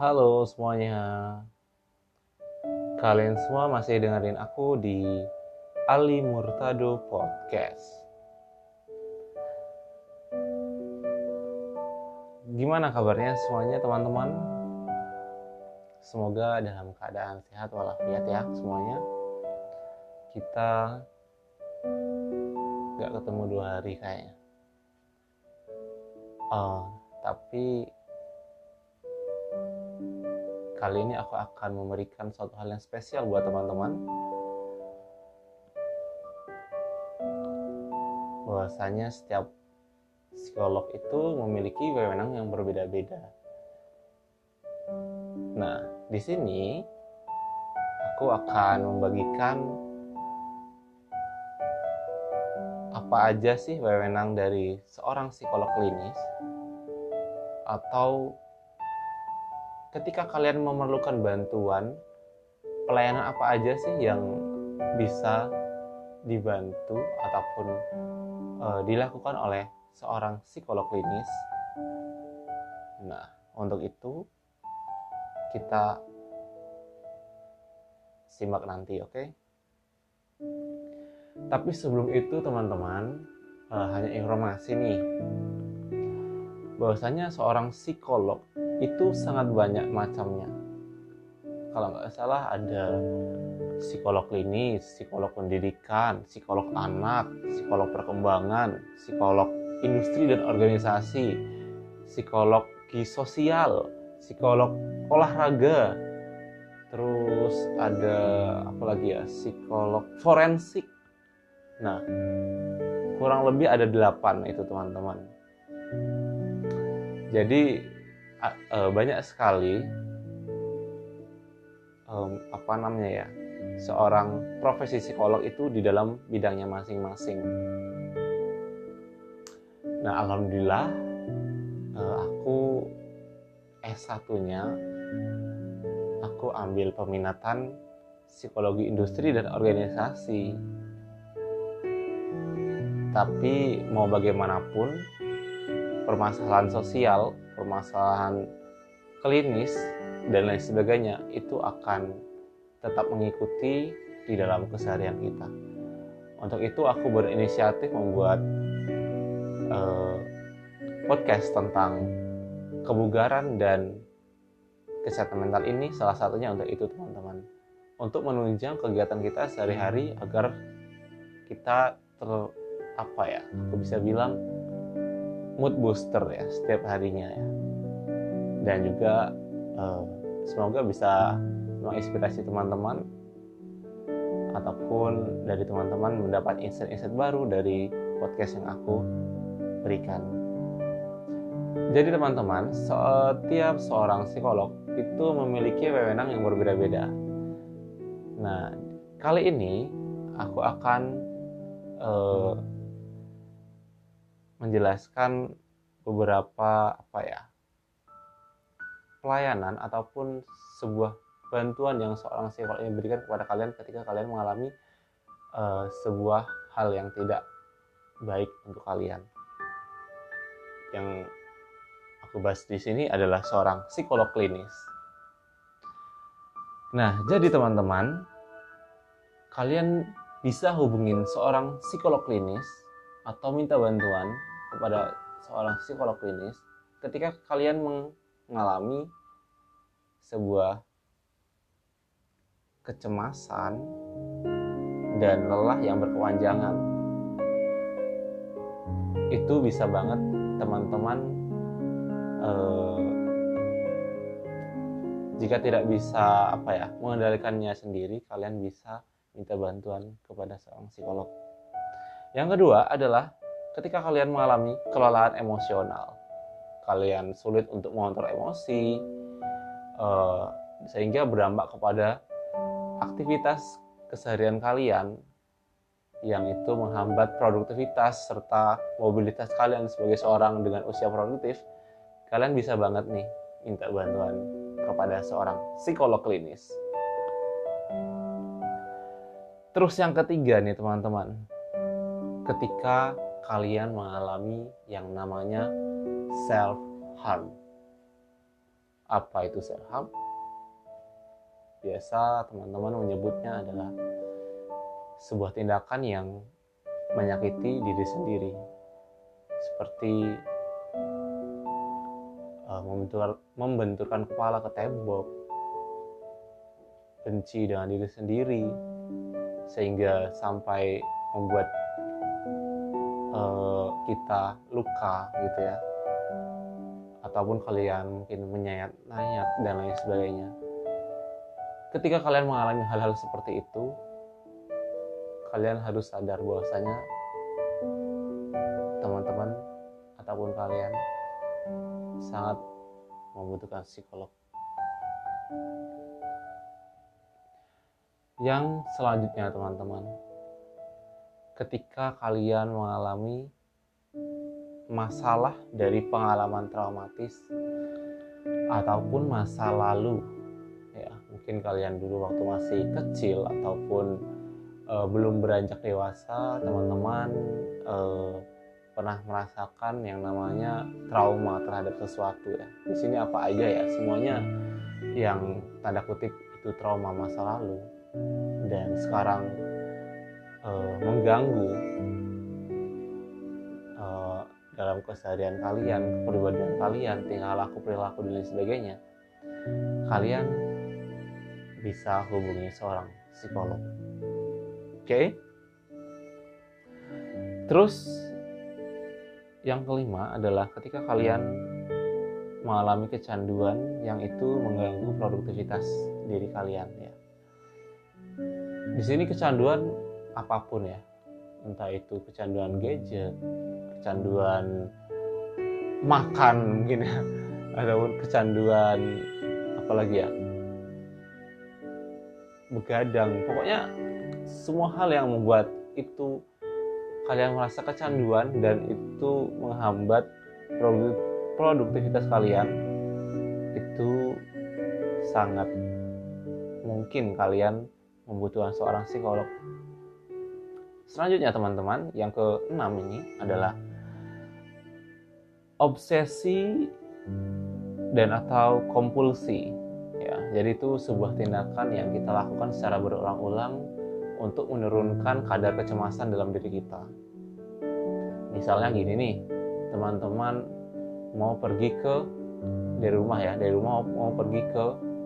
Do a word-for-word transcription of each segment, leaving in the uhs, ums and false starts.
Halo semuanya, kalian semua masih dengerin aku di Ali Murtado Podcast. Gimana kabarnya semuanya teman-teman? Semoga dalam keadaan sehat walafiat ya semuanya. Kita gak ketemu dua hari kayaknya. Uh, tapi kali ini aku akan memberikan suatu hal yang spesial buat teman-teman. Bahwasanya setiap psikolog itu memiliki wewenang yang berbeda-beda. Nah, di sini aku akan membagikan apa aja sih wewenang dari seorang psikolog klinis, atau ketika kalian memerlukan bantuan, pelayanan apa aja sih yang bisa dibantu ataupun e, dilakukan oleh seorang psikolog klinis. Nah, untuk itu kita simak nanti, oke? Okay? Tapi sebelum itu teman-teman, e, hanya informasi nih, bahwasanya seorang psikolog itu sangat banyak macamnya. Kalau nggak salah ada psikolog klinis, psikolog pendidikan, psikolog anak, psikolog perkembangan, psikolog industri dan organisasi, psikologi sosial, psikolog olahraga, terus ada apa lagi ya, psikolog forensik. Nah, kurang lebih ada delapan itu teman-teman. Jadi banyak sekali um, apa namanya ya, seorang profesi psikolog itu di dalam bidangnya masing-masing. Nah, alhamdulillah uh, aku S satu-nya aku ambil peminatan psikologi industri dan organisasi. Tapi mau bagaimanapun, permasalahan sosial, permasalahan klinis dan lain sebagainya itu akan tetap mengikuti di dalam keseharian kita. Untuk itu aku berinisiatif membuat uh, podcast tentang kebugaran dan kesehatan mental ini, salah satunya untuk itu teman-teman, untuk menunjang kegiatan kita sehari-hari agar kita ter apa ya, aku bisa bilang mood booster ya setiap harinya ya. Dan juga eh, semoga bisa menginspirasi teman-teman ataupun dari teman-teman mendapat insight-insight baru dari podcast yang aku berikan. Jadi teman-teman, setiap seorang psikolog itu memiliki wewenang yang berbeda-beda. Nah, kali ini aku akan eh, menjelaskan beberapa apa ya, pelayanan ataupun sebuah bantuan yang seorang psikolog ini berikan kepada kalian ketika kalian mengalami uh, sebuah hal yang tidak baik untuk kalian. Yang aku bahas di sini adalah seorang psikolog klinis. Nah, jadi teman-teman, kalian bisa hubungin seorang psikolog klinis atau minta bantuan kepada seorang psikolog klinis ketika kalian mengalami sebuah kecemasan dan lelah yang berkepanjangan. Itu bisa banget teman-teman eh, jika tidak bisa apa ya, mengendalikannya sendiri, kalian bisa minta bantuan kepada seorang psikolog. Yang kedua adalah ketika kalian mengalami kelelahan emosional, kalian sulit untuk mengontrol emosi, eh, sehingga berdampak kepada aktivitas keseharian kalian yang itu menghambat produktivitas serta mobilitas kalian sebagai seorang dengan usia produktif. Kalian bisa banget nih minta bantuan kepada seorang psikolog klinis. Terus yang ketiga nih teman-teman, ketika kalian mengalami yang namanya self harm Apa itu self harm? Biasa teman-teman menyebutnya adalah sebuah tindakan yang menyakiti diri sendiri, seperti uh, membentur, membenturkan kepala ke tembok, benci dengan diri sendiri, sehingga sampai membuat uh, kita luka gitu ya, ataupun kalian mungkin menyayat-nyayat dan lain sebagainya. Ketika kalian mengalami hal-hal seperti itu, kalian harus sadar bahwasanya teman-teman ataupun kalian sangat membutuhkan psikolog. Yang selanjutnya teman-teman, ketika kalian mengalami masalah dari pengalaman traumatis ataupun masa lalu, ya mungkin kalian dulu waktu masih kecil ataupun uh, belum beranjak dewasa, teman-teman uh, pernah merasakan yang namanya trauma terhadap sesuatu ya. Di sini apa aja ya, semuanya yang tanda kutip itu trauma masa lalu dan sekarang uh, mengganggu uh, dalam keseharian kalian, kepribadian kalian, tingkah laku, perilaku dan lain sebagainya. Kalian bisa hubungi seorang psikolog. Oke? Okay? Terus yang kelima adalah ketika kalian mengalami kecanduan yang itu mengganggu produktivitas diri kalian ya. Di sini kecanduan apapun ya, entah itu kecanduan gadget, kecanduan makan mungkin ya, ataupun kecanduan apalagi ya, begadang. Pokoknya semua hal yang membuat itu kalian merasa kecanduan dan itu menghambat produktivitas kalian, itu sangat mungkin kalian membutuhkan seorang psikolog. Selanjutnya teman-teman, yang keenam ini adalah obsesi dan atau kompulsi ya. Jadi itu sebuah tindakan yang kita lakukan secara berulang-ulang untuk menurunkan kadar kecemasan dalam diri kita. Misalnya gini nih, teman-teman mau pergi ke dari rumah ya, dari rumah mau pergi ke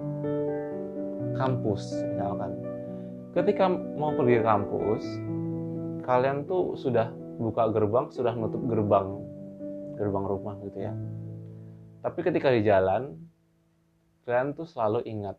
kampus misalkan. Ketika mau pergi ke kampus, kalian tuh sudah buka gerbang, sudah menutup gerbang gerbang rumah gitu ya. Tapi ketika di jalan, kalian tuh selalu ingat,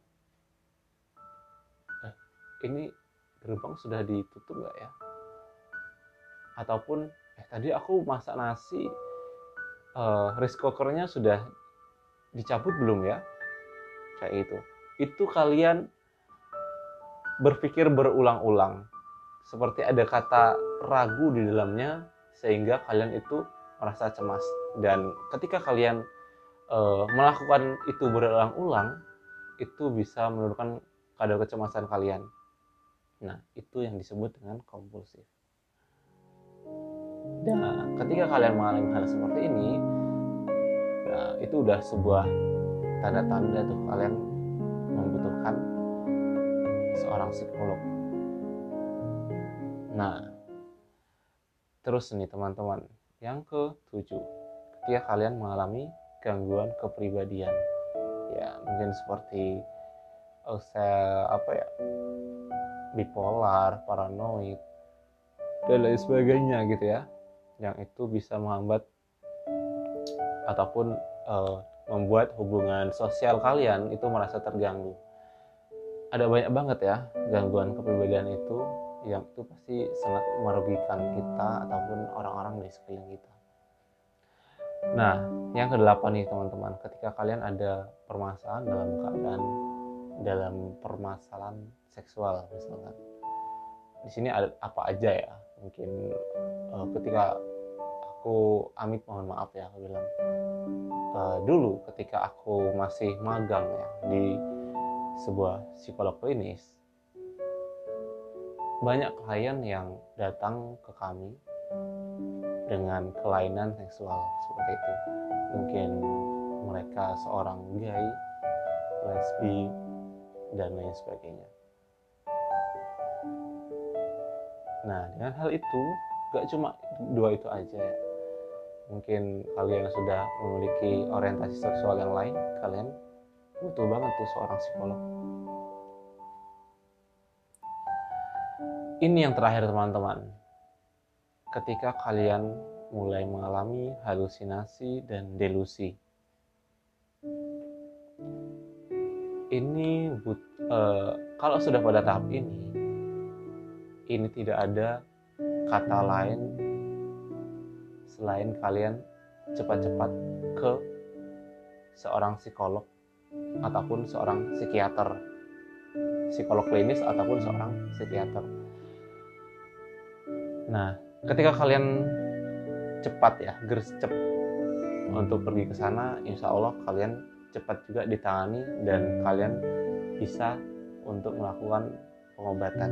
eh, ini gerbang sudah ditutup nggak ya? Ataupun eh tadi aku masak nasi, uh, rice cookernya sudah dicabut belum ya? Kayak itu. Itu kalian berpikir berulang-ulang, seperti ada kata ragu di dalamnya, sehingga kalian itu merasa cemas. Dan ketika kalian uh, melakukan itu berulang-ulang, itu bisa menurunkan kadar kecemasan kalian. Nah, itu yang disebut dengan kompulsif. Nah, ketika kalian mengalami hal seperti ini, nah, itu udah sebuah tanda-tanda tuh kalian membutuhkan seorang psikolog. Nah, terus nih teman-teman, yang ketujuh, ketika kalian mengalami gangguan kepribadian, ya mungkin seperti oh, saya, apa ya, bipolar, paranoid, dan lain sebagainya gitu ya, yang itu bisa menghambat ataupun uh, membuat hubungan sosial kalian itu merasa terganggu. Ada banyak banget ya gangguan kepribadian itu yang itu pasti sangat merugikan kita ataupun orang-orang di sekeliling kita. Nah, yang kedelapan nih teman-teman, ketika kalian ada permasalahan dalam keadaan dalam permasalahan seksual misalkan. Di sini ada apa aja ya? Mungkin uh, ketika aku amit mohon maaf ya, aku bilang uh, dulu ketika aku masih magang ya di sebuah psikolog klinis, banyak klien yang datang ke kami dengan kelainan seksual seperti itu. Mungkin mereka seorang gay lesbi, dan lain sebagainya. Nah, dengan hal itu gak cuma dua itu aja ya. Mungkin kalian sudah memiliki orientasi seksual yang lain, kalian butuh banget tuh seorang psikolog. Ini yang terakhir teman-teman. Ketika kalian mulai mengalami halusinasi dan delusi, ini but, uh, kalau sudah pada tahap ini, ini tidak ada kata lain selain kalian cepat-cepat ke seorang psikolog ataupun seorang psikiater, psikolog klinis ataupun seorang psikiater. Nah, ketika kalian cepat ya, gercep untuk pergi ke sana, insya Allah kalian cepat juga ditangani dan kalian bisa untuk melakukan pengobatan.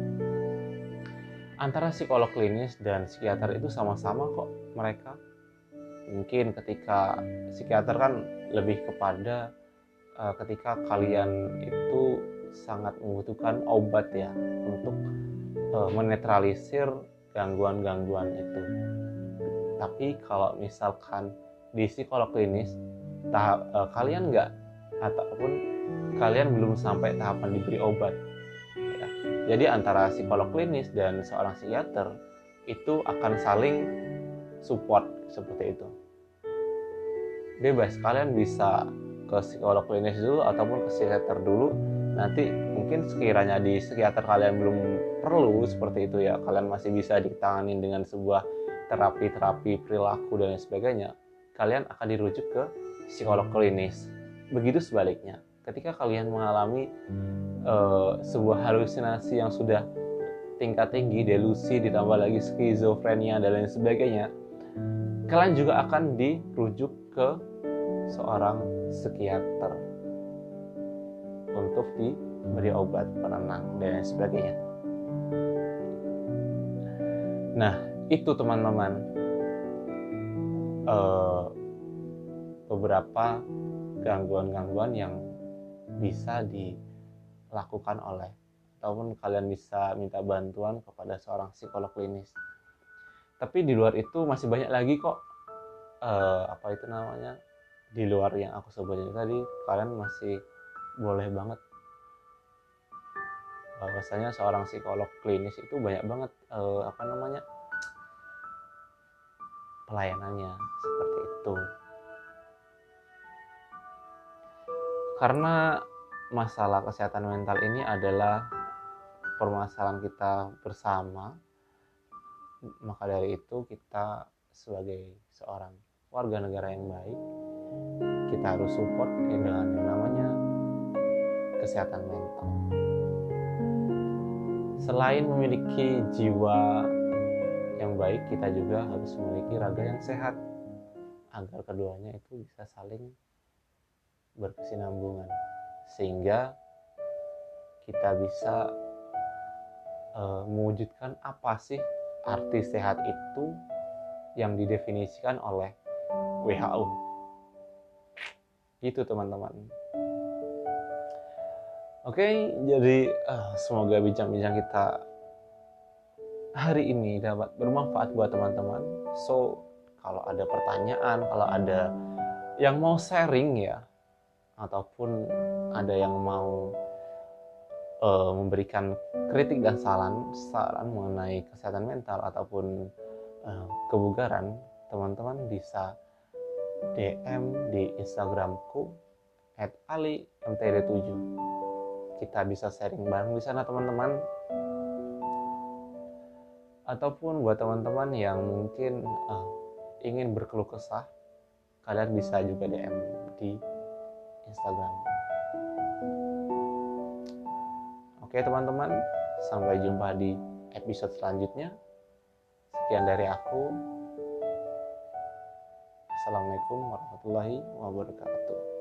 Antara psikolog klinis dan psikiater itu sama-sama kok mereka. Mungkin ketika psikiater kan lebih kepada uh, ketika kalian itu sangat membutuhkan obat ya untuk uh, menetralisir gangguan-gangguan itu. Tapi kalau misalkan di psikolog klinis tahap uh, kalian nggak ataupun kalian belum sampai tahapan diberi obat ya. Jadi antara psikolog klinis dan seorang psikiater itu akan saling support seperti itu. Bebas, kalian bisa ke psikolog klinis dulu ataupun ke psikiater dulu. Nanti mungkin sekiranya di psikiater kalian belum perlu seperti itu ya, kalian masih bisa ditangani dengan sebuah terapi-terapi perilaku dan lain sebagainya, kalian akan dirujuk ke psikolog klinis. Begitu sebaliknya, ketika kalian mengalami uh, sebuah halusinasi yang sudah tingkat tinggi, delusi, ditambah lagi skizofrenia dan lain sebagainya, kalian juga akan dirujuk ke seorang psikiater untuk diberi obat penenang dan lain sebagainya. Nah, itu teman-teman uh, beberapa gangguan-gangguan yang bisa dilakukan oleh ataupun kalian bisa minta bantuan kepada seorang psikolog klinis. Tapi di luar itu masih banyak lagi kok uh, apa itu namanya di luar yang aku sebutin tadi, kalian masih boleh banget. Bahwasanya seorang psikolog klinis itu banyak banget uh, apa namanya pelayanannya seperti itu. Karena masalah kesehatan mental ini adalah permasalahan kita bersama, maka dari itu kita sebagai seorang warga negara yang baik, kita harus support dengan yang namanya kesehatan mental. Selain memiliki jiwa yang baik, kita juga harus memiliki raga yang sehat agar keduanya itu bisa saling berkesinambungan, sehingga kita bisa uh, mewujudkan apa sih arti sehat itu yang didefinisikan oleh W H O. Gitu teman-teman. Oke, jadi uh, semoga bincang-bincang kita hari ini dapat bermanfaat buat teman-teman. So, kalau ada pertanyaan, kalau ada yang mau sharing ya, ataupun ada yang mau uh, memberikan kritik dan saran saran mengenai kesehatan mental ataupun uh, kebugaran, teman-teman bisa D M di Instagramku et ali m t d tujuh. Kita bisa sharing bareng di sana teman-teman. Ataupun buat teman-teman yang mungkin uh, ingin berkeluh kesah, kalian bisa juga D M di Instagram. Oke teman-teman, sampai jumpa di episode selanjutnya. Sekian dari aku. Assalamualaikum warahmatullahi wabarakatuh.